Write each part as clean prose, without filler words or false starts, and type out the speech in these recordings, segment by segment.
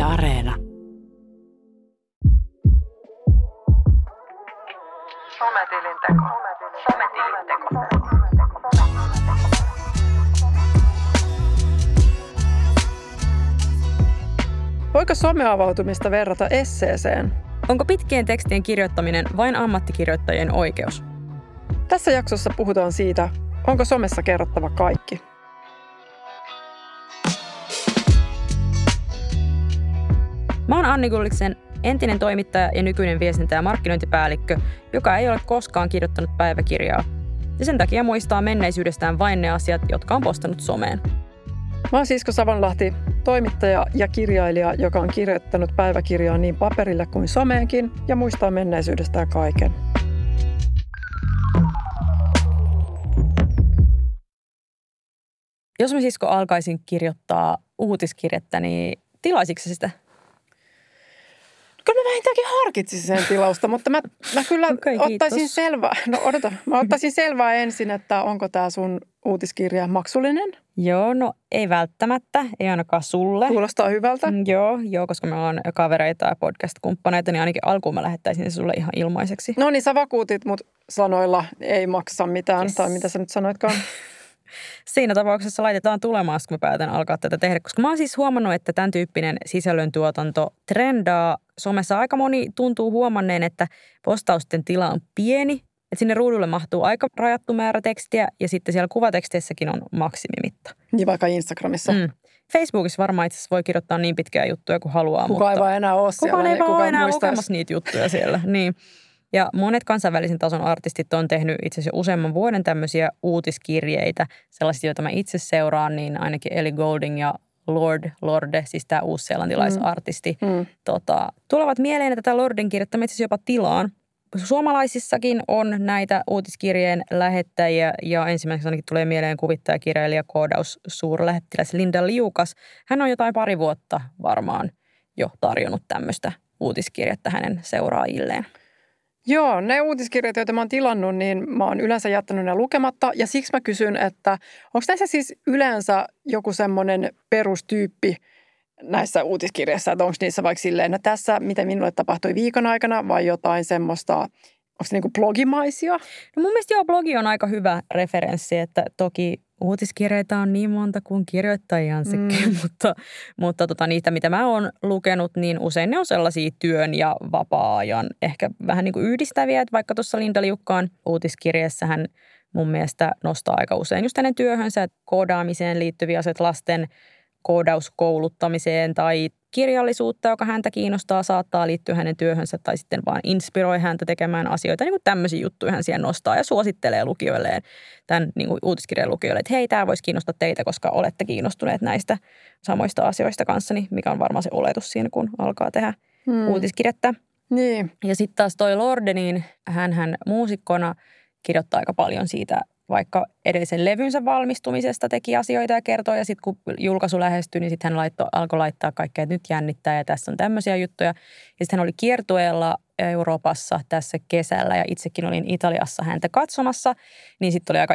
Yle Areena. Sometilinteko. Voiko someavautumista verrata esseeseen? Onko pitkien tekstien kirjoittaminen vain ammattikirjoittajien oikeus? Tässä jaksossa puhutaan siitä, onko somessa kerrottava kaikki. Mä oon Anni Gulliksen, entinen toimittaja ja nykyinen viestintä- ja markkinointipäällikkö, joka ei ole koskaan kirjoittanut päiväkirjaa. Ja sen takia muistaa menneisyydestään vain ne asiat, jotka on postannut someen. Mä oon Sisko Savonlahti, toimittaja ja kirjailija, joka on kirjoittanut päiväkirjaa niin paperille kuin someenkin ja muistaa menneisyydestään kaiken. Jos mä Sisko alkaisin kirjoittaa uutiskirjettä, niin tilaisitko sitä? Kyllä mä vähintäänkin harkitsisin sen tilausta, mutta mä kyllä ottaisin selvää. Mä ottaisin selvää ensin, että onko tää sun uutiskirja maksullinen? Joo, no ei välttämättä, ei ainakaan sulle. Kuulostaa hyvältä. Joo, koska me ollaan kavereita ja podcast-kumppaneita, niin ainakin alkuun mä lähettäisin se sulle ihan ilmaiseksi. No niin, sä vakuutit mut sanoilla ei maksa mitään, Yes. tai mitä sä nyt sanoitkaan. Siinä tapauksessa laitetaan tulemaan, kun mä päätän alkaa tätä tehdä. Koska mä oon siis huomannut, että tämän tyyppinen sisällöntuotanto trendaa. Somessa aika moni tuntuu huomanneen, että postausten tila on pieni. Että sinne ruudulle mahtuu aika rajattu määrä tekstiä ja sitten siellä kuvateksteissäkin on maksimimitta. Niin vaikka Instagramissa. Facebookissa varmaan itse asiassa voi kirjoittaa niin pitkää juttuja kuin haluaa. Kukaan ei vaan enää ole siellä. Kukaan ei vaan enää muistaisi lukemassa niitä juttuja siellä. Niin. Ja monet kansainvälisen tason artistit on tehnyt itse asiassa jo useamman vuoden tämmöisiä uutiskirjeitä. Sellaisia, joita mä itse seuraan, niin ainakin Ellie Goulding ja Lorde, siis tämä uusseelantilaisartisti, tulevat mieleen, että tätä Lorden kirjettä mä itse asiassa jopa tilaan. Suomalaisissakin on näitä uutiskirjeen lähettäjiä ja ensimmäiseksi ainakin tulee mieleen kuvittaja, kirjailija, koodaus, suurlähettiläs Linda Liukas. Hän on jotain pari vuotta varmaan jo tarjonnut tämmöistä uutiskirjettä hänen seuraajilleen. Joo, ne uutiskirjat, joita mä oon tilannut, niin mä oon yleensä jättänyt ne lukematta. Ja siksi mä kysyn, että onko näissä siis yleensä joku semmoinen perustyyppi näissä uutiskirjassa, että onko niissä vaikka silleen, että tässä, mitä minulle tapahtui viikon aikana, vai jotain semmoista, onko se niin kuin blogimaisia? No mun mielestä joo, blogi on aika hyvä referenssi, että toki uutiskirjeitä on niin monta kuin kirjoittajansakin, mutta niitä, mitä mä oon lukenut, niin usein ne on sellaisia työn ja vapaa-ajan ehkä vähän niin kuin yhdistäviä, että vaikka tuossa Linda Liukkaan uutiskirjeessä hän mun mielestä nostaa aika usein just hänen työhönsä, koodaamiseen liittyviä asioita, lasten koodauskouluttamiseen tai kirjallisuutta, joka häntä kiinnostaa, saattaa liittyä hänen työhönsä tai sitten vaan inspiroi häntä tekemään asioita. Niin kuin tämmöisiä juttuja hän siellä nostaa ja suosittelee lukijoilleen, tämän niin kuin uutiskirjan lukijoille, että hei, tämä voisi kiinnostaa teitä, koska olette kiinnostuneet näistä samoista asioista kanssani, mikä on varmaan se oletus siinä, kun alkaa tehdä uutiskirjettä. Niin. Ja sitten taas toi Lorde, niin hän muusikkona kirjoittaa aika paljon siitä, vaikka edellisen levynsä valmistumisesta teki asioita ja kertoi. Ja sitten kun julkaisu lähestyi, niin sitten hän alkoi laittaa kaikkea, että nyt jännittää ja tässä on tämmöisiä juttuja. Ja sitten hän oli kiertueella Euroopassa tässä kesällä ja itsekin olin Italiassa häntä katsomassa. Niin sitten oli aika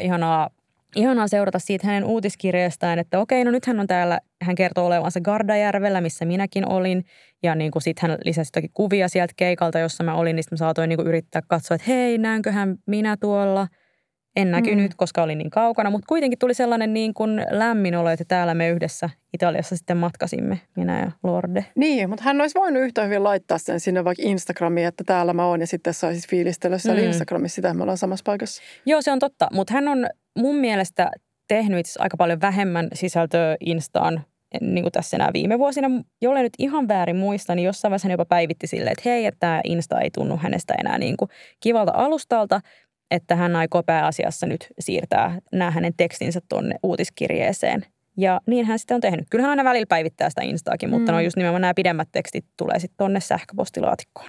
ihanaa seurata siitä hänen uutiskirjeestään, että okei, no nyt hän on täällä, hän kertoo olevansa Gardajärvellä, missä minäkin olin. Ja niin kuin sitten hän lisäsi jotakin kuvia sieltä keikalta, jossa mä olin, niin sitten mä saatoin niin kuin yrittää katsoa, että hei, näynköhän minä tuolla. En näkynyt, koska olin niin kaukana, mutta kuitenkin tuli sellainen niin kuin lämmin olo, että täällä me yhdessä Italiassa sitten matkasimme, minä ja Lorde. Niin, mutta hän olisi voinut yhtä hyvin laittaa sen sinne vaikka Instagramiin, että täällä mä oon ja sitten saisi fiilistellä siellä Instagramissa sitä, että me ollaan samassa paikassa. Joo, se on totta, mutta hän on mun mielestä tehnyt itse aika paljon vähemmän sisältöä Instaan, niin kuin tässä enää viime vuosina. Jollei nyt ihan väärin muista, niin jossain vaiheessa hän jopa päivitti silleen, että hei, että tämä Insta ei tunnu hänestä enää niin kuin kivalta alustalta, että hän aikoo pääasiassa nyt siirtää nämä hänen tekstinsä tuonne uutiskirjeeseen. Ja niin hän sitten on tehnyt. Kyllähän aina välillä päivittää sitä Instaakin, mutta no just nimenomaan nämä pidemmät tekstit tulee sitten tuonne sähköpostilaatikkoon.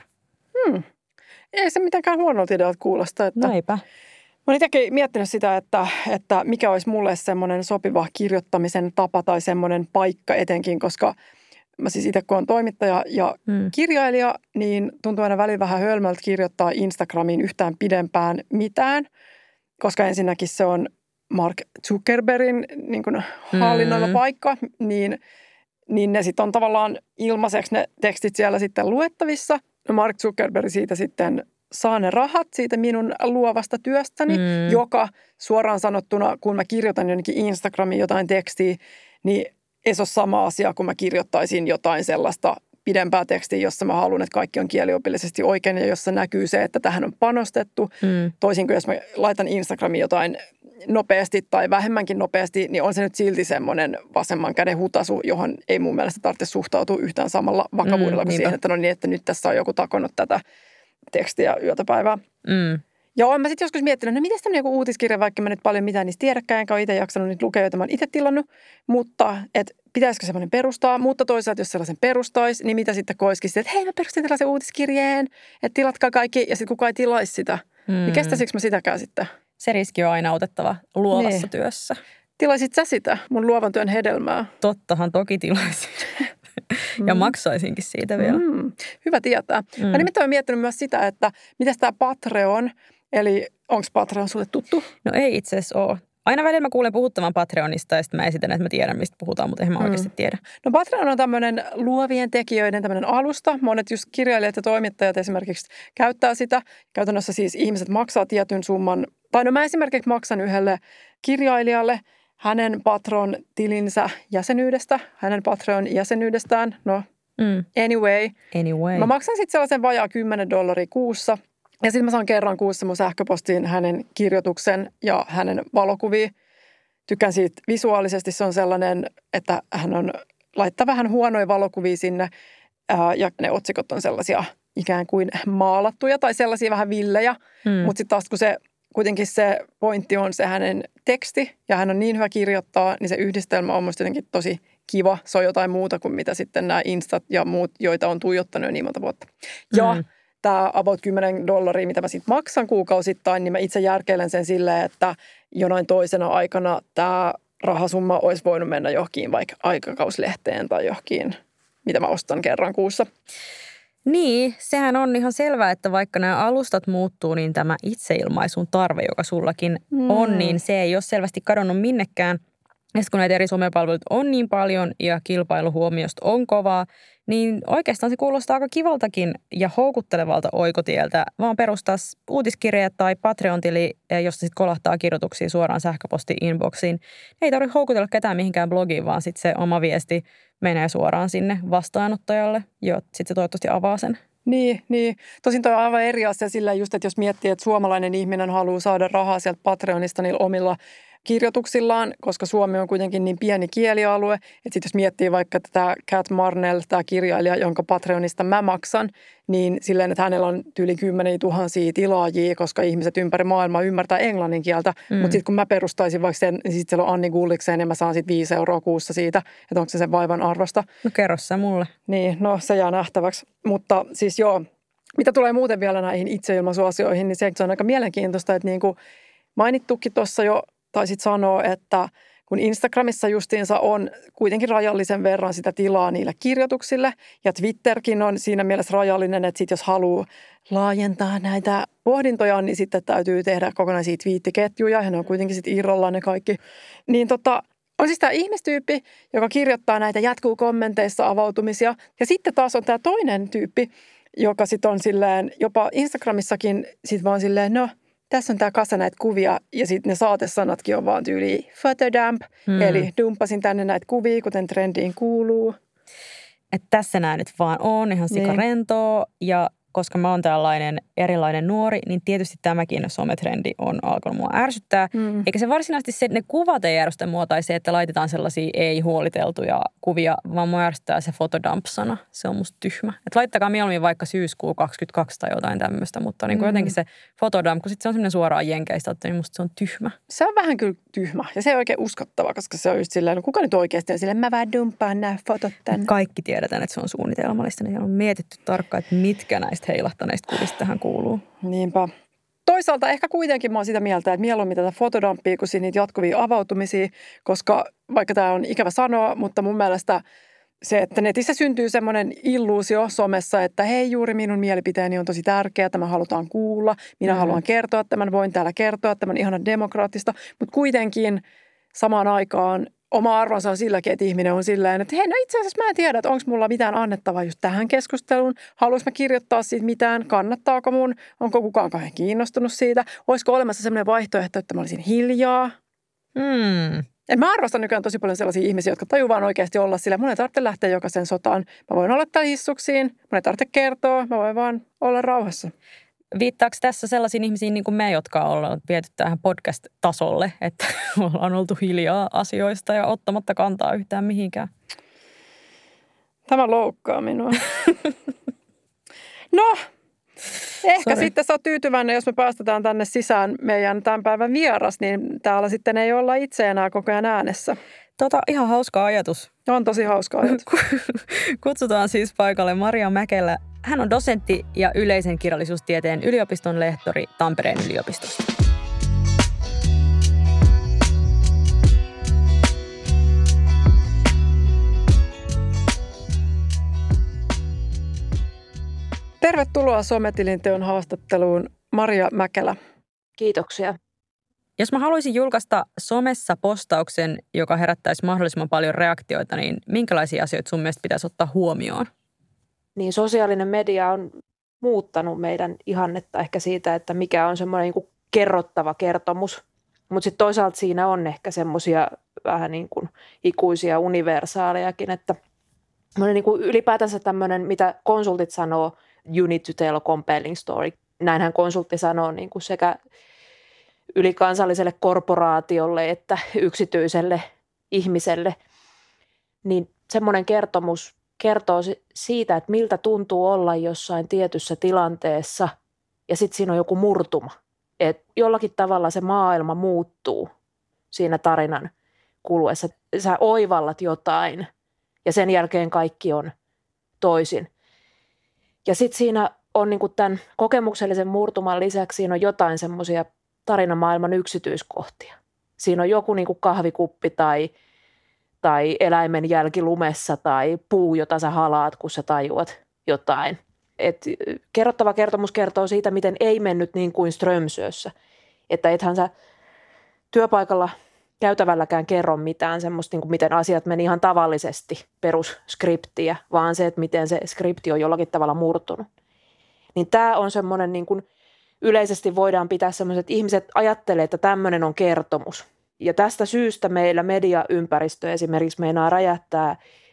Ei se mitenkään huonolta idealta kuulosta. Että Näipä. Mä olen itsekin miettinyt sitä, että mikä olisi mulle semmoinen sopiva kirjoittamisen tapa tai semmoinen paikka etenkin, koska mä siis itse kun olen toimittaja ja kirjailija, niin tuntuu aina välillä vähän hölmöltä kirjoittaa Instagramiin yhtään pidempään mitään, koska ensinnäkin se on Mark Zuckerbergin niin kuin hallinnoima paikka, niin niin ne sitten on tavallaan ilmaiseksi ne tekstit siellä sitten luettavissa. No Mark Zuckerberg siitä sitten saa ne rahat siitä minun luovasta työstäni, joka suoraan sanottuna, kun mä kirjoitan jonnekin Instagramiin jotain tekstiä, niin ei se ole sama asia, kun mä kirjoittaisin jotain sellaista pidempää tekstiä, jossa mä haluan, että kaikki on kieliopillisesti oikein ja jossa näkyy se, että tähän on panostettu. Toisin kuin jos mä laitan Instagramiin jotain nopeasti tai vähemmänkin nopeasti, niin on se nyt silti semmoinen vasemman käden hutasu, johon ei mun mielestä tarvitse suhtautua yhtään samalla vakavuudella kuin siihen, että no niin, että nyt tässä on joku takonut tätä tekstiä yötä päivää. Ja olen mä sitten joskus miettinyt, no miten tämmöinen joku uutiskirja, vaikka mä nyt paljon mitään niistä tiedäkään, enkä ole itse jaksanut niitä lukea, joita mä oon itse tilannut, mutta että pitäisikö semmoinen perustaa, mutta toisaalta jos sellaisen perustaisi, niin mitä sitten koisikin sitten, että hei mä perustin tällaisen uutiskirjeen, että tilatkaa kaikki ja sitten kukaan ei tilaisi sitä. Niin kestäisikö mä sitäkään sitten? Se riski on aina otettava luovassa työssä. Tilaisit sä sitä, mun luovan työn hedelmää? Tottahan toki tilaisin. Ja maksaisinkin siitä vielä. Hyvä tietää. Mä nimittäin olen miettinyt myös sitä, että mitäs tämä Patreon, eli onko Patreon sulle tuttu? No ei itse asiassa ole. Aina välillä mä kuulen puhuttavan Patreonista ja sitten mä esitän, että mä tiedän, mistä puhutaan, mutta en mä oikeasti tiedä. No Patreon on tämmöinen luovien tekijöiden tämmöinen alusta. Monet just kirjailijat ja toimittajat esimerkiksi käyttää sitä. Käytännössä siis ihmiset maksaa tietyn summan. Tai no mä esimerkiksi maksan yhdelle kirjailijalle hänen Patreon-tilinsä jäsenyydestä, hänen Patreon-jäsenyydestään. No anyway. Mä maksan sitten sellaisen vajaa $10 kuussa. Ja sitten mä saan kerran kuussa mun sähköpostiin hänen kirjoituksen ja hänen valokuvia. Tykkään siitä visuaalisesti. Se on sellainen, että hän on laittaa vähän huonoja valokuvia sinne ja ne otsikot on sellaisia ikään kuin maalattuja tai sellaisia vähän villejä. Mutta sitten taas kun se kuitenkin se pointti on se hänen teksti ja hän on niin hyvä kirjoittaa, niin se yhdistelmä on musta jotenkin tosi kiva. Se on jotain muuta kuin mitä sitten nämä Instat ja muut, joita on tuijottanut jo niin monta vuotta. Ja tämä about $10, mitä mä sitten maksan kuukausittain, niin mä itse järkeilen sen silleen, että jonain toisena aikana tämä rahasumma olisi voinut mennä johonkin vaikka aikakauslehteen tai johonkin, mitä mä ostan kerran kuussa. Niin, sehän on ihan selvää, että vaikka nämä alustat muuttuu, niin tämä itseilmaisun tarve, joka sullakin on, niin se ei ole selvästi kadonnut minnekään. Ja kun näitä eri somepalveluita on niin paljon ja kilpailuhuomiosta on kovaa, niin oikeastaan se kuulostaa aika kivaltakin ja houkuttelevalta oikotieltä, vaan perustaa uutiskirja tai Patreon-tili, josta sitten kolahtaa kirjoituksia suoraan sähköposti-inboxiin. Ei tarvitse houkutella ketään mihinkään blogiin, vaan sitten se oma viesti menee suoraan sinne vastaanottajalle, ja sitten se toivottavasti avaa sen. Niin. Tosin toi on aivan eri asia sillä just, että jos miettii, että suomalainen ihminen haluaa saada rahaa sieltä Patreonista niillä omilla kirjoituksillaan, koska suomi on kuitenkin niin pieni kielialue, että sitten jos miettii vaikka tätä Cat Marnell, tämä kirjailija, jonka Patreonista mä maksan, niin silleen, että hänellä on yli 10 000 tilaajia, koska ihmiset ympäri maailmaa ymmärtää englannin kieltä, mutta sitten kun mä perustaisin vaikka sen, niin sitten siellä on Anni Gullikseen ja mä saan sitten €5 kuussa siitä, että onko se sen vaivan arvosta. No kerro sä mulle. Niin, no se jää nähtäväksi, mutta siis joo, mitä tulee muuten vielä näihin itseilmaisuasioihin, niin se on aika mielenkiintoista, että niin kuin mainittukin tuossa jo taisit sanoa, että kun Instagramissa justiinsa on kuitenkin rajallisen verran sitä tilaa niille kirjoituksille ja Twitterkin on siinä mielessä rajallinen, että sit jos haluaa laajentaa näitä pohdintoja, niin sitten täytyy tehdä kokonaisia twiittiketjuja ja ne on kuitenkin sitten irrallaan ne kaikki. Niin on siis tämä ihmistyyppi, joka kirjoittaa näitä jatkuu kommenteissa avautumisia ja sitten taas on tämä toinen tyyppi, joka sitten on silleen jopa Instagramissakin sitten vaan silleen tässä on tämä kasa näitä kuvia ja sitten ne saatesanatkin on vaan tyyli photodump, eli dumppasin tänne näitä kuvia, kuten trendiin kuuluu. Että tässä nämä nyt vaan on ihan sikarentoa ja koska mä oon tällainen erilainen nuori, niin tietysti tämäkin sometrendi on alkanut mua ärsyttää. Eikä se varsinaisesti se, ne kuvat ei ärsytä mua tai se, että laitetaan sellaisia ei-huoliteltuja kuvia, vaan mua ärsyttää se photodump-sana. Se on musta tyhmä. Että laittakaa mieluummin vaikka syyskuu 22 tai jotain tämmöistä, mutta niin kuin jotenkin se photodump, kun sitten se on semmoinen suoraan jenkeistä, että niin musta se on tyhmä. Se on vähän kyllä tyhmä ja se ei oikein uskottava, koska se on just silleen, kuka nyt oikeasti on silleen, mä vaan dumppaan nämä fotot tänne. Kaikki tiedetään, että se on suunnitelmallista, niin on mietitty tarkkaan, että mitkä näistä heilahtaneista kuvista tähän kuuluu. Niinpä. Toisaalta ehkä kuitenkin mä oon sitä mieltä, että mieluummin tätä fotodampia kuin niitä jatkuvia avautumisia, koska vaikka tämä on ikävä sanoa, mutta mun mielestä se, että netissä syntyy semmoinen illuusio somessa, että hei, juuri minun mielipiteeni on tosi tärkeä, tämä halutaan kuulla, minä haluan kertoa tämän, voin täällä kertoa, tämän ihana demokraattista, mutta kuitenkin samaan aikaan oma arvonsa on silläkin, että ihminen on silleen, että hei, no itse asiassa mä en tiedä, että onko mulla mitään annettavaa just tähän keskusteluun. Haluaisin mä kirjoittaa siitä mitään, kannattaako mun, onko kukaan kauhean kiinnostunut siitä. Olisiko olemassa sellainen vaihtoehto, että mä olisin hiljaa. Mä arvostan nykyään tosi paljon sellaisia ihmisiä, jotka tajuu vaan oikeasti olla sillä. Mun ei tarvitse lähteä jokaisen sotaan. Mä voin olla täällä hissuksiin, mun ei tarvitse kertoa, mä voin vaan olla rauhassa. Viittaako tässä sellaisiin ihmisiin niin kuin me, jotka ollaan viety tähän podcast-tasolle, että ollaan oltu hiljaa asioista ja ottamatta kantaa yhtään mihinkään? Tämä loukkaa minua. No, ehkä sitten sä oot tyytyväinen, jos me päästetään tänne sisään meidän tämän päivän vieras, niin täällä sitten ei olla itse enää koko ajan äänessä. Ihan hauska ajatus. On tosi hauska ajatus. Kutsutaan siis paikalle Maria Mäkelä. Hän on dosentti ja yleisen kirjallisuustieteen yliopiston lehtori Tampereen yliopistosta. Tervetuloa Sometilin teon haastatteluun, Maria Mäkelä. Kiitoksia. Jos mä haluaisin julkaista somessa postauksen, joka herättäisi mahdollisimman paljon reaktioita, niin minkälaisia asioita sun mielestä pitäisi ottaa huomioon? Niin sosiaalinen media on muuttanut meidän ihannetta ehkä siitä, että mikä on semmoinen niin kuin kerrottava kertomus. Mutta sitten toisaalta siinä on ehkä semmoisia vähän niin kuin ikuisia universaalejakin, että niin kuin ylipäätänsä tämmöinen, mitä konsultit sanoo, you need to tell a compelling story. Näinhän konsultti sanoo niin kuin sekä ylikansalliselle korporaatiolle että yksityiselle ihmiselle, niin semmoinen kertomus kertoo siitä, että miltä tuntuu olla jossain tietyssä tilanteessa ja sitten siinä on joku murtuma. Että jollakin tavalla se maailma muuttuu siinä tarinan kuluessa. Sä oivallat jotain ja sen jälkeen kaikki on toisin. Ja sitten siinä on niinku tämän kokemuksellisen murtuman lisäksi siinä on jotain semmoisia tarinamaailman yksityiskohtia. Siinä on joku niinku kahvikuppi tai eläimen jälki lumessa tai puu, jota sä halaat, kun sä tajuat jotain. Et kerrottava kertomus kertoo siitä, miten ei mennyt niin kuin Strömsössä. Että ethän sä työpaikalla käytävälläkään kerro mitään semmoista, niin kuin miten asiat meni ihan tavallisesti perusskriptiä, vaan se, että miten se skripti on jollakin tavalla murtunut. Niin tämä on semmoinen, niin kuin yleisesti voidaan pitää semmoiset, että ihmiset ajattelee, että tämmöinen on kertomus. Ja tästä syystä meillä mediaympäristö esimerkiksi meinaa räjähtää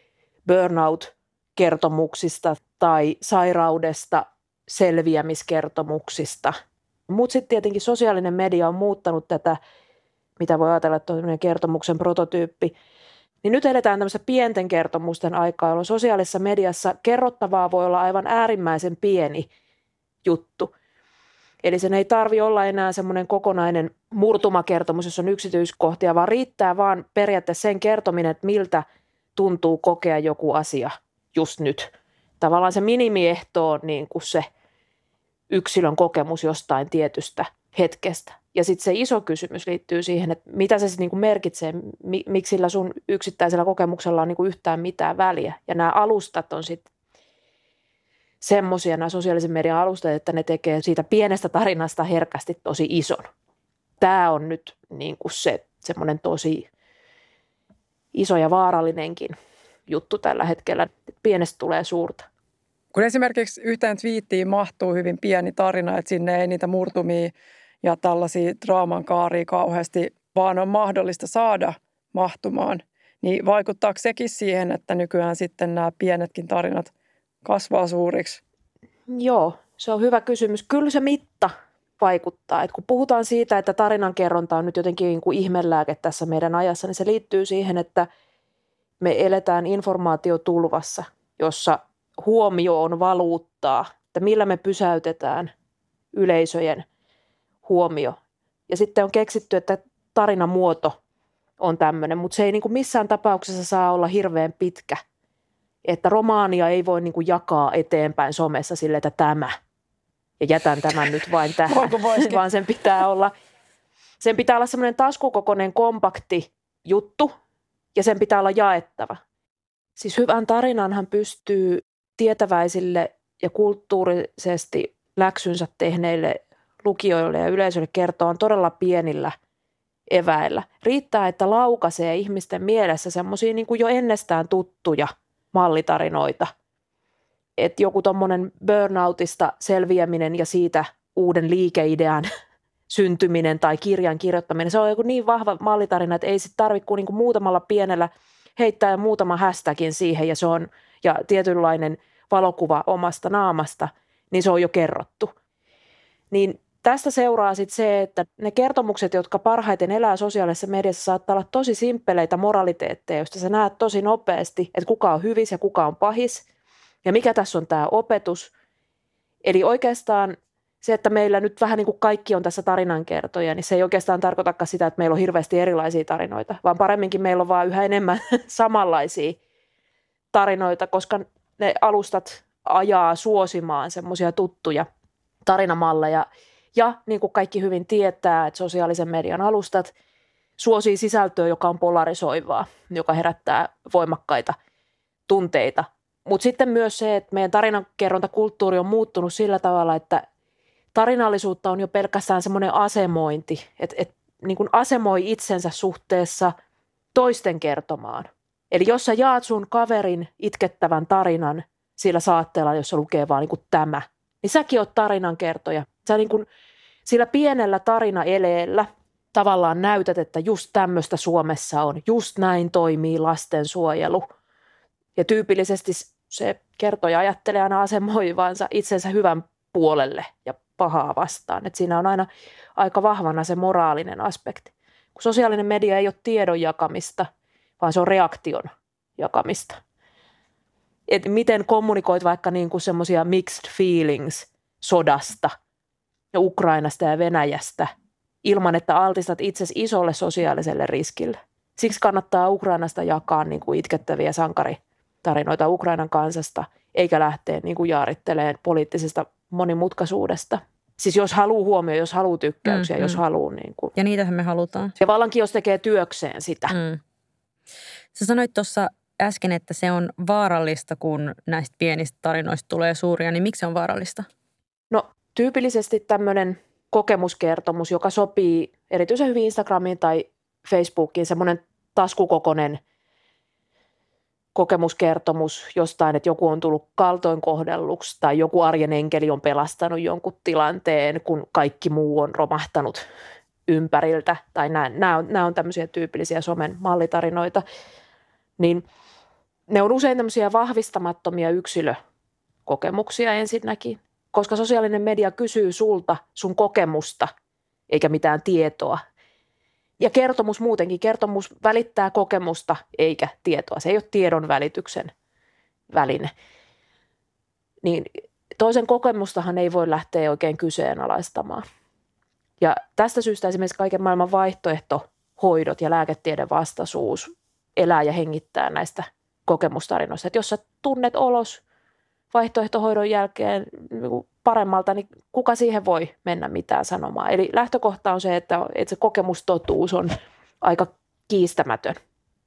burnout-kertomuksista tai sairaudesta selviämiskertomuksista. Mutta sitten tietenkin sosiaalinen media on muuttanut tätä, mitä voi ajatella, että on kertomuksen prototyyppi. Niin nyt eletään tämmöistä pienten kertomusten aikaa, jolloin sosiaalisessa mediassa kerrottavaa voi olla aivan äärimmäisen pieni juttu. Eli sen ei tarvitse olla enää semmoinen kokonainen murtumakertomus, jossa on yksityiskohtia, vaan riittää vaan periaatteessa sen kertominen, että miltä tuntuu kokea joku asia just nyt. Tavallaan se minimiehto on niin kuin se yksilön kokemus jostain tietystä hetkestä. Ja sitten se iso kysymys liittyy siihen, että mitä se niin kuin merkitsee, miksi sillä sun yksittäisellä kokemuksella on niin kuin yhtään mitään väliä. Ja nämä alustat on sitten semmoisia, nämä sosiaalisen median alustat, että ne tekee siitä pienestä tarinasta herkästi tosi ison. Tämä on nyt niin kuin se semmoinen tosi iso ja vaarallinenkin juttu tällä hetkellä, että pienestä tulee suurta. Kun esimerkiksi yhteen twiittiin mahtuu hyvin pieni tarina, että sinne ei niitä murtumia ja tällaisia draaman kaaria kauheasti vaan on mahdollista saada mahtumaan, niin vaikuttaako sekin siihen, että nykyään sitten nämä pienetkin tarinat kasvaa suuriksi? Joo, se on hyvä kysymys. Kyllä se mitta vaikuttaa. Et kun puhutaan siitä, että tarinankerronta on nyt jotenkin niin kuin ihmelääke tässä meidän ajassa, niin se liittyy siihen, että me eletään informaatiotulvassa, jossa huomio on valuuttaa, että millä me pysäytetään yleisöjen huomio. Ja sitten on keksitty, että tarinamuoto on tämmöinen, mutta se ei niin kuin missään tapauksessa saa olla hirveän pitkä. Että romaania ei voi niin kuin jakaa eteenpäin somessa sille, että tämä. Ja jätän tämän nyt vain tähän, vaan sen pitää olla semmoinen taskukokoinen kompakti juttu ja sen pitää olla jaettava. Siis hyvän tarinanhan pystyy tietäväisille ja kulttuurisesti läksynsä tehneille lukijoille ja yleisölle kertoa todella pienillä eväillä. Riittää, että laukaisee ihmisten mielessä semmoisia niin kuin jo ennestään tuttuja mallitarinoita. Että joku tommonen burnoutista selviäminen ja siitä uuden liikeidean syntyminen tai kirjan kirjoittaminen, se on joku niin vahva mallitarina, että ei sit tarvitse kuin niinku muutamalla pienellä heittää muutama hashtagin siihen ja se on ja tietynlainen valokuva omasta naamasta, niin se on jo kerrottu. Niin tästä seuraa sitten se, että ne kertomukset, jotka parhaiten elää sosiaalisessa mediassa, saattaa olla tosi simppeleitä moraliteetteja, joista sä näet tosi nopeasti, että kuka on hyvis ja kuka on pahis ja mikä tässä on tämä opetus. Eli oikeastaan se, että meillä nyt vähän niin kuin kaikki on tässä tarinankertoja, niin se ei oikeastaan tarkoitakaan sitä, että meillä on hirveästi erilaisia tarinoita, vaan paremminkin meillä on vaan yhä enemmän samanlaisia tarinoita, koska ne alustat ajaa suosimaan semmoisia tuttuja tarinamalleja. Ja niin kuin kaikki hyvin tietää, että sosiaalisen median alustat suosii sisältöä, joka on polarisoivaa, joka herättää voimakkaita tunteita. Mutta sitten myös se, että meidän tarinankerrontakulttuuri on muuttunut sillä tavalla, että tarinallisuutta on jo pelkästään semmoinen asemointi, että niin kuin asemoi itsensä suhteessa toisten kertomaan. Eli jos sä jaat sun kaverin itkettävän tarinan sillä saatteella, jossa lukee vaan niin kuin tämä, niin säkin oot tarinankertoja. Sä niin kuin sillä pienellä tarinaeleellä tavallaan näytät, että just tämmöistä Suomessa on, just näin toimii lastensuojelu. Ja tyypillisesti se kertoja ajattelee aina asemoivansa itsensä hyvän puolelle ja pahaa vastaan. Et siinä on aina aika vahvana se moraalinen aspekti. Kun sosiaalinen media ei ole tiedon jakamista, vaan se on reaktion jakamista. Et miten kommunikoit vaikka niinku semmoisia mixed feelings sodasta ja Ukrainasta ja Venäjästä ilman, että altistat itsesi isolle sosiaaliselle riskille. Siksi kannattaa Ukrainasta jakaa niinku itkettäviä sankaritarinoita Ukrainan kansasta, eikä lähteä niinku jaarittelemaan poliittisesta monimutkaisuudesta. Siis jos haluaa huomioon, jos haluaa tykkäyksiä, jos haluaa. Niinku. Ja niitähän me halutaan. Ja vallankin, jos tekee työkseen sitä. Sä sanoit tuossa äsken, että se on vaarallista, kun näistä pienistä tarinoista tulee suuria, niin miksi se on vaarallista? No tyypillisesti tämmöinen kokemuskertomus, joka sopii erityisen hyvin Instagramiin tai Facebookiin, semmoinen taskukokoinen kokemuskertomus jostain, että joku on tullut kaltoinkohdelluksi tai joku arjen enkeli on pelastanut jonkun tilanteen, kun kaikki muu on romahtanut ympäriltä. Tai nämä on tämmöisiä tyypillisiä somen mallitarinoita. Niin ne on usein tämmöisiä vahvistamattomia yksilökokemuksia ensinnäkin, koska sosiaalinen media kysyy sulta sun kokemusta eikä mitään tietoa. Ja kertomus muutenkin, kertomus välittää kokemusta eikä tietoa. Se ei ole tiedon välityksen väline. Niin toisen kokemustahan ei voi lähteä oikein kyseenalaistamaan. Ja tästä syystä esimerkiksi kaiken maailman vaihtoehtohoidot ja lääketieden vastaisuus elää ja hengittää näistä kokemustarinoista. Että jos sä tunnet olos vaihtoehtohoidon jälkeen paremmalta, niin kuka siihen voi mennä mitään sanomaan. Eli lähtökohta on se, että se kokemustotuus on aika kiistämätön.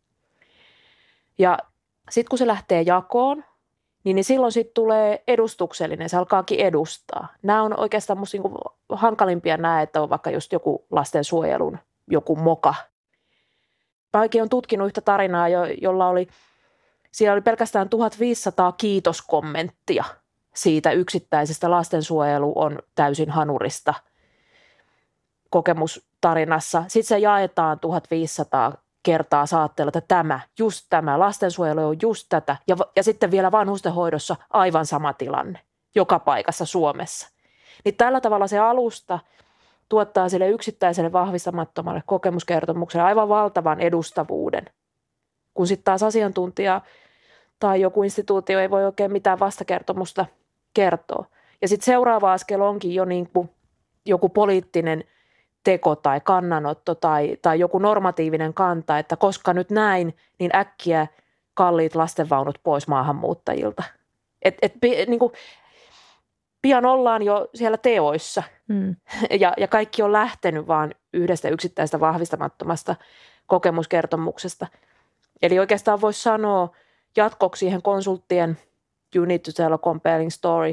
Ja sitten kun se lähtee jakoon, niin silloin sitten tulee edustuksellinen, se alkaakin edustaa. Nämä on oikeastaan musta niinku hankalimpia nämä, että on vaikka just joku lastensuojelun joku moka. Mäkin olen tutkinut yhtä tarinaa, siellä oli pelkästään 1500 kiitoskommenttia siitä yksittäisestä lastensuojelu on täysin hanurista kokemustarinassa. Sitten se jaetaan 1500 kertaa saatteella, että just tämä, lastensuojelu on just tätä. Ja sitten vielä vanhustenhoidossa aivan sama tilanne, joka paikassa Suomessa. Niin tällä tavalla se alusta tuottaa sille yksittäiselle vahvistamattomalle kokemuskertomukselle aivan valtavan edustavuuden. Kun sitten taas asiantuntija tai joku instituutio ei voi oikein mitään vastakertomusta kertoa. Ja sitten seuraava askel onkin jo niin kuin joku poliittinen teko tai kannanotto tai joku normatiivinen kanta, että koska nyt näin, niin äkkiä kalliit lastenvaunut pois maahanmuuttajilta. Niin kuin pian ollaan jo siellä teoissa ja kaikki on lähtenyt vaan yhdestä yksittäistä vahvistamattomasta kokemuskertomuksesta. Eli oikeastaan voisi sanoa jatkoksi siihen konsulttien you need to tell a compelling story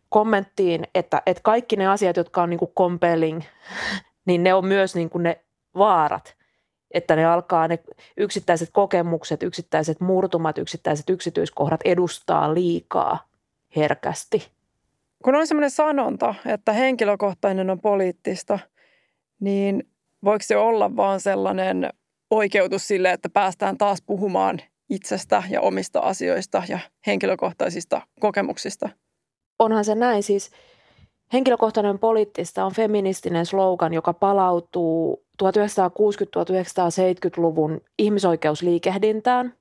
kommenttiin, että kaikki ne asiat, jotka on niin kuin compelling, niin ne on myös niin kuin ne vaarat, että ne alkaa ne yksittäiset kokemukset, yksittäiset murtumat, yksittäiset yksityiskohdat edustaa liikaa herkästi. Kun on sellainen sanonta, että henkilökohtainen on poliittista, niin voiko se olla vaan sellainen oikeutus sille, että päästään taas puhumaan itsestä ja omista asioista ja henkilökohtaisista kokemuksista? Onhan se näin. Siis henkilökohtainen poliittista on feministinen slogan, joka palautuu 1960-1970-luvun ihmisoikeusliikehdintään.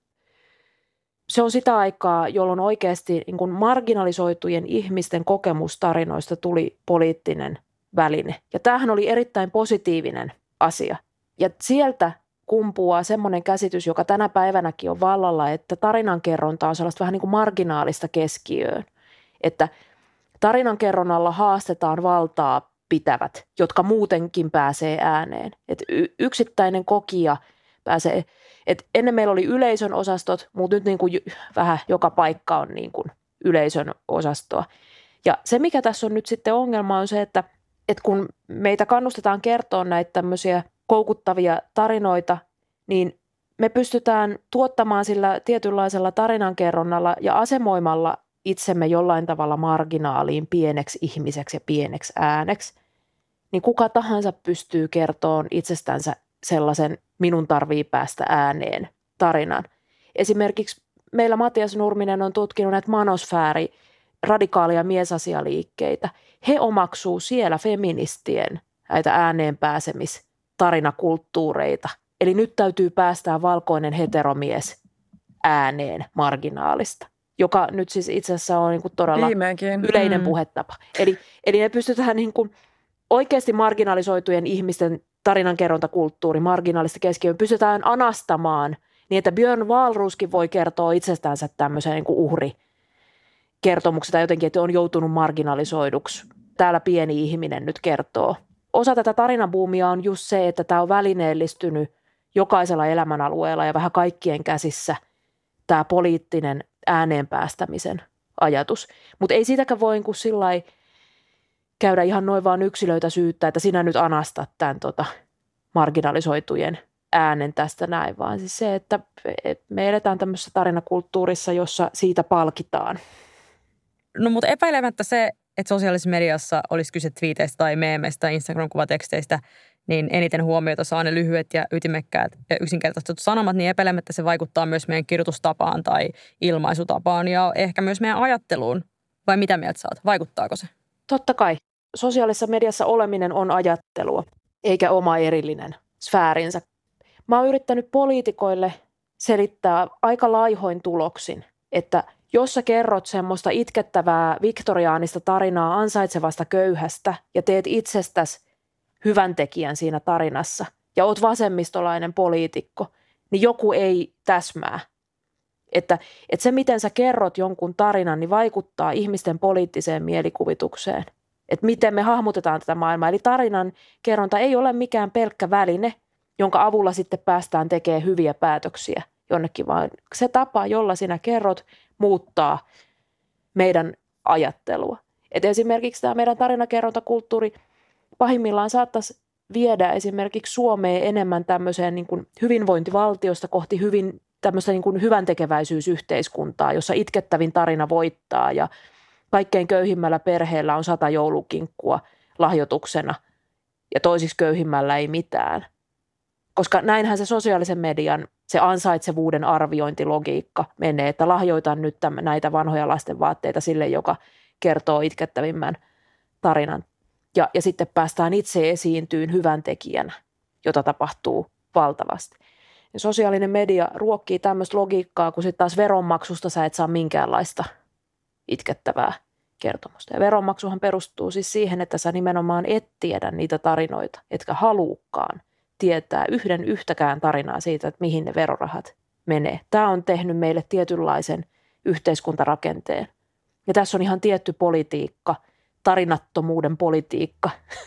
Se on sitä aikaa, jolloin oikeasti niin kuin marginalisoitujen ihmisten kokemustarinoista tuli poliittinen väline. Ja tämähän oli erittäin positiivinen asia. Ja sieltä kumpuaa semmoinen käsitys, joka tänä päivänäkin on vallalla, että tarinankerronta on sellaista vähän niin kuin marginaalista keskiöön. Että tarinankerronnalla haastetaan valtaa pitävät, jotka muutenkin pääsee ääneen. Että yksittäinen kokija pääsee, että ennen meillä oli yleisön osastot, mutta nyt niin kuin vähän joka paikka on niin kuin yleisön osastoa. Ja se, mikä tässä on nyt sitten ongelma, on se, että kun meitä kannustetaan kertoa näitä tämmöisiä koukuttavia tarinoita, niin me pystytään tuottamaan sillä tietynlaisella tarinankerronnalla ja asemoimalla itsemme jollain tavalla marginaaliin pieneksi ihmiseksi ja pieneksi ääneksi, niin kuka tahansa pystyy kertomaan itsestänsä sellaisen minun tarvii päästä ääneen tarinan. Esimerkiksi meillä Matias Nurminen on tutkinut näitä manosfääri radikaalia miesasialiikkeitä. He omaksuu siellä feministien näitä ääneen pääsemistarinakulttuureita. Eli nyt täytyy päästää valkoinen heteromies ääneen marginaalista, joka nyt siis itse asiassa on niin kuin todella yleinen puhetapa. Eli me pystytään niin kuin oikeasti marginalisoitujen ihmisten tarinankerrontakulttuuri, marginaalista keskiöön, pystytään anastamaan niin, että Björn Wahlrooskin voi kertoa itsestänsä tämmöisen niin kuin uhrikertomuksen tai jotenkin, että on joutunut marginalisoiduksi. Täällä pieni ihminen nyt kertoo. Osa tätä tarinabuumia on just se, että tämä on välineellistynyt jokaisella elämänalueella ja vähän kaikkien käsissä tämä poliittinen ääneen päästämisen ajatus. Mutta ei siitäkään voi niin kuin sillai käydä ihan noin vaan yksilöitä syyttää, että sinä nyt anastat tämän marginalisoitujen äänen tästä näin, vaan siis se, että me eletään tämmöisessä tarinakulttuurissa, jossa siitä palkitaan. No mutta epäilemättä se, että sosiaalisessa mediassa olisi kyse twiiteistä tai meemeistä, Instagram-kuvateksteistä, niin eniten huomiota saa ne lyhyet ja ytimekkäät ja yksinkertaistetut sanomat, niin epäilemättä se vaikuttaa myös meidän kirjoitustapaan tai ilmaisutapaan ja ehkä myös meidän ajatteluun. Vai mitä mieltä sä oot? Vaikuttaako se? Totta kai. Sosiaalisessa mediassa oleminen on ajattelua, eikä oma erillinen sfäärinsä. Mä oon yrittänyt poliitikoille selittää aika laihoin tuloksin, että jos sä kerrot semmoista itkettävää viktoriaanista tarinaa ansaitsevasta köyhästä ja teet itsestäsi hyvän tekijän siinä tarinassa ja oot vasemmistolainen poliitikko, niin joku ei täsmää. Että se, miten sä kerrot jonkun tarinan, niin vaikuttaa ihmisten poliittiseen mielikuvitukseen. Että miten me hahmotetaan tätä maailmaa. Eli tarinan kerronta ei ole mikään pelkkä väline, jonka avulla sitten päästään tekemään hyviä päätöksiä jonnekin, vaan se tapa, jolla sinä kerrot, muuttaa meidän ajattelua. Et esimerkiksi tämä meidän tarinakerrontakulttuuri pahimmillaan saattaisi viedä esimerkiksi Suomeen enemmän tämmöiseen niin kuin hyvinvointivaltiosta kohti tämmöistä niin kuin hyväntekeväisyysyhteiskuntaa, jossa itkettävin tarina voittaa ja kaikkein köyhimmällä perheellä on 100 joulukinkkua lahjoituksena ja toisiksi köyhimmällä ei mitään. Koska näinhän se sosiaalisen median, se ansaitsevuuden arviointilogiikka menee, että lahjoitan nyt näitä vanhoja lasten vaatteita sille, joka kertoo itkettävimmän tarinan. Ja sitten päästään itse esiintyyn hyvän tekijänä, jota tapahtuu valtavasti. Ja sosiaalinen media ruokkii tämmöistä logiikkaa, kun sitten taas veronmaksusta sä et saa minkäänlaista itkettävää kertomusta. Ja veronmaksuhan perustuu siis siihen, että sä nimenomaan et tiedä niitä tarinoita, etkä haluukaan tietää yhtäkään tarinaa siitä, että mihin ne verorahat menee. Tämä on tehnyt meille tietynlaisen yhteiskuntarakenteen. Ja tässä on ihan tietty politiikka, tarinattomuuden politiikka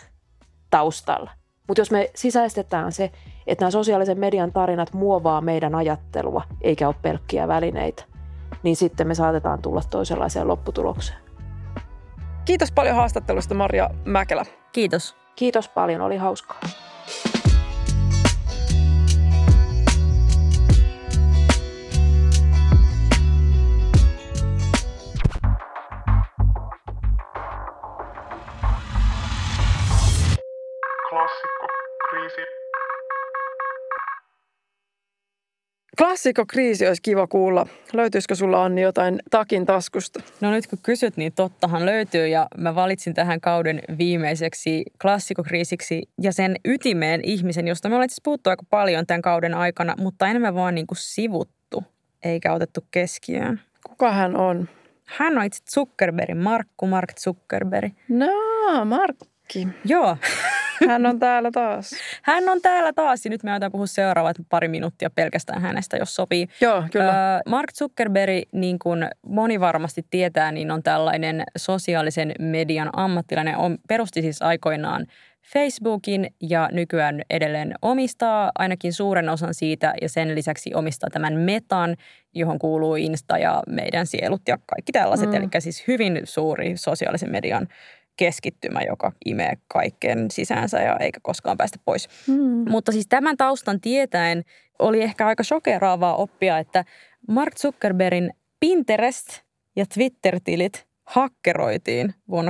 taustalla. Mutta jos me sisäistetään se, että nämä sosiaalisen median tarinat muovaa meidän ajattelua, eikä ole pelkkiä välineitä, niin sitten me saatetaan tulla toisenlaiseen lopputulokseen. Kiitos paljon haastattelusta, Marja Mäkelä. Kiitos. Kiitos paljon, oli hauskaa. Klassikokriisi olisi kiva kuulla. Löytyisikö sulla, Anni, jotain takin taskusta? No nyt kun kysyt, niin tottahan löytyy ja mä valitsin tähän kauden viimeiseksi klassikokriisiksi ja sen ytimeen ihmisen, josta me ollaan siis puhuttu aika paljon tämän kauden aikana, mutta enemmän vaan niin kuin sivuttu eikä otettu keskiöön. Kuka hän on? Hän on itse Zuckerbergin Mark Zuckerberg. No, Markki. Joo. Hän on täällä taas. Hän on täällä taas ja nyt me aletaan puhua seuraavat pari minuuttia pelkästään hänestä, jos sopii. Joo, kyllä. Mark Zuckerberg, niin kuin moni varmasti tietää, niin on tällainen sosiaalisen median ammattilainen. Perusti siis aikoinaan Facebookin ja nykyään edelleen omistaa ainakin suuren osan siitä ja sen lisäksi omistaa tämän Metan, johon kuuluu Insta ja meidän sielut ja kaikki tällaiset. Eli siis hyvin suuri sosiaalisen median keskittymä, joka imee kaikkeen sisäänsä ja eikä koskaan päästä pois. Mutta siis tämän taustan tietäen oli ehkä aika shokeraavaa oppia, että Mark Zuckerbergin Pinterest ja Twitter-tilit hakkeroitiin vuonna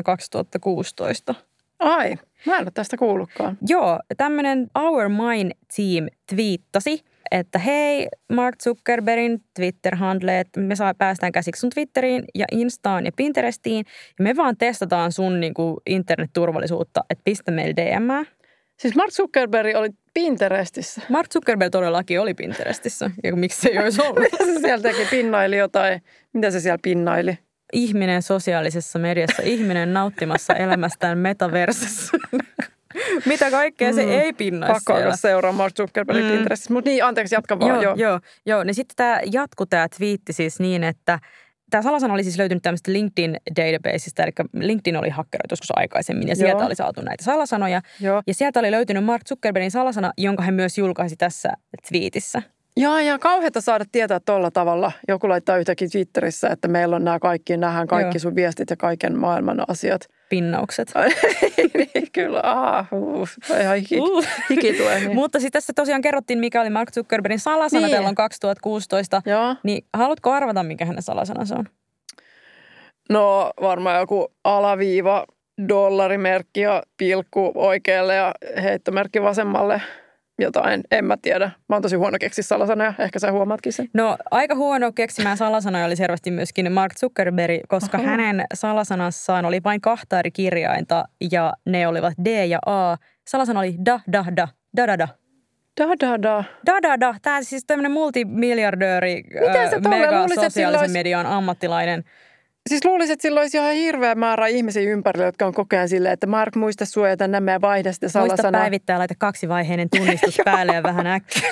2016. Ai, mä en ole tästä kuullutkaan. Joo, tämmöinen Our Mind Team twiittasi, että hei Mark Zuckerbergin Twitter-handle, että me päästään käsiksi sun Twitteriin ja Instaan ja Pinterestiin ja me vaan testataan sun niinku internet-turvallisuutta, että pistä meille DM:ää. Siis Mark Zuckerberg oli Pinterestissä. Mark Zuckerberg todellakin oli Pinterestissä ja miksi se ei olisi ollut? Mitä se siellä teki? Pinnaili jotain? Mitä se siellä pinnaili? Ihminen sosiaalisessa mediassa, ihminen nauttimassa elämästään metaversessa. Mitä kaikkea se ei pinnaisi Pakko siellä. seuraa Mark Zuckerbergin Pinterestissä. Mutta niin, anteeksi, jatka vaan. Joo. Niin sitten tämä twiitti siis niin, että tämä salasana oli siis löytynyt tämmöistä LinkedIn databaseista, eli LinkedIn oli hakkeroitu joskus aikaisemmin ja sieltä oli saatu näitä salasanoja. Joo. Ja sieltä oli löytynyt Mark Zuckerbergin salasana, jonka hän myös julkaisi tässä twiitissä. Ja kauheata saada tietää tolla tavalla. Joku laittaa yhtäkkiä Twitterissä, että meillä on nähdään kaikki sun viestit ja kaiken maailman asiat. Pinnaukset. Niin, kyllä, ihan hiki tulee. Niin. Mutta sitten tässä tosiaan kerrottiin, mikä oli Mark Zuckerbergin salasana tällöin 2016. Joo. Niin haluatko arvata, mikä hänen salasanansa on? No varmaan joku alaviiva, dollarimerkki ja pilkku oikealle ja heittomerkki vasemmalle. Jotain, en mä tiedä. Mä oon tosi huono keksiä salasanoja, ehkä sä huomaatkin sen. No aika huono keksimään salasanoja oli selvästi myöskin Mark Zuckerberg, koska hänen salasanassaan oli vain 2 eri kirjainta ja ne olivat D ja A. Salasana oli da. Tämä on siis tämmöinen multimiljardööri, mega sosiaalisen median ammattilainen. Siis luulisin, että sillä olisi ihan hirveä määrä ihmisiä ympärillä, jotka on koko ajan silleen, että Mark, muista suojata nämä ja vaihda sitä salasanaa. Muista päivittää, laita 2-vaiheinen tunnistus päälle ja vähän äkkiä.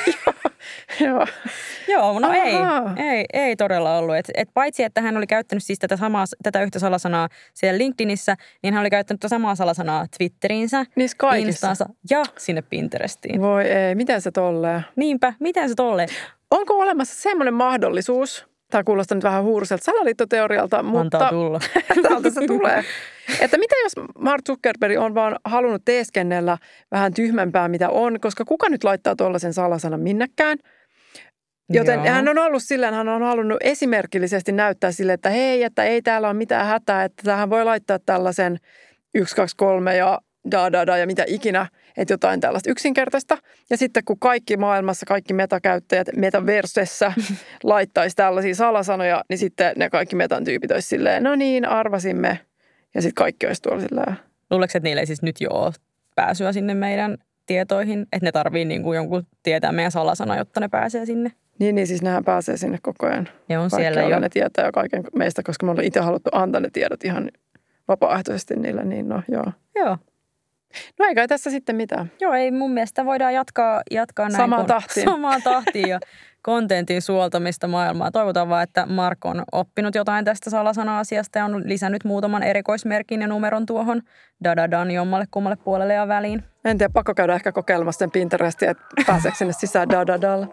Joo, no ei todella ollut. Et paitsi, että hän oli käyttänyt siis tätä yhtä salasanaa siellä LinkedInissä, niin hän oli käyttänyt tätä samaa salasanaa Twitteriinsä, Instaansa ja sinne Pinterestiin. Voi ei, miten se tolleen? Niinpä, miten se tolleen? Onko olemassa semmoinen mahdollisuus, tämä kuulostaa nyt vähän huuruselta salaliittoteorialta, mutta antaa tulla. Täältä se tulee. Että mitä jos Mark Zuckerberg on vaan halunnut teeskennellä vähän tyhmempää, mitä on, koska kuka nyt laittaa tuollaisen salasanan minnekään? Joten hän on ollut silleen, hän on halunnut esimerkillisesti näyttää sille, että hei, että ei täällä ole mitään hätää, että tähän voi laittaa tällaisen 1, 2, 3 ja da ja mitä ikinä, että jotain tällaista yksinkertaista. Ja sitten kun kaikki maailmassa, kaikki metakäyttäjät metaversessä laittaisi tällaisia salasanoja, niin sitten ne kaikki metan tyypit olisi silleen, no niin, arvasimme. Ja sitten kaikki olisi tuolla silleen. Luuleeko, että niillä ei siis nyt jo ole pääsyä sinne meidän tietoihin, että ne tarvii niin kuin jonkun tietää meidän salasana, jotta ne pääsee sinne? Niin siis nehän pääsee sinne koko ajan. Ne on siellä jo. Ne tietää jo kaiken meistä, koska me ollaan itse haluttu antaa ne tiedot ihan vapaaehtoisesti niille, niin no joo. Joo. No ei kai tässä sitten mitään. Joo, ei mun mielestä voidaan jatkaa näin. Samaan tahtiin ja kontentin suoltamista maailmaa. Toivotaan vaan, että Mark on oppinut jotain tästä salasana-asiasta ja on lisännyt muutaman erikoismerkin ja numeron tuohon dadadan jommalle kummalle puolelle ja väliin. En tiedä, pakko käydä ehkä kokeilemassa sen Pinterestia, että pääseekö sinne sisään dadadalle.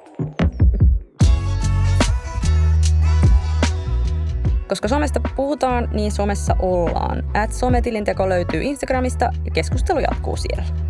Koska somesta puhutaan, niin somessa ollaan. @sometilinteko löytyy Instagramista ja keskustelu jatkuu siellä.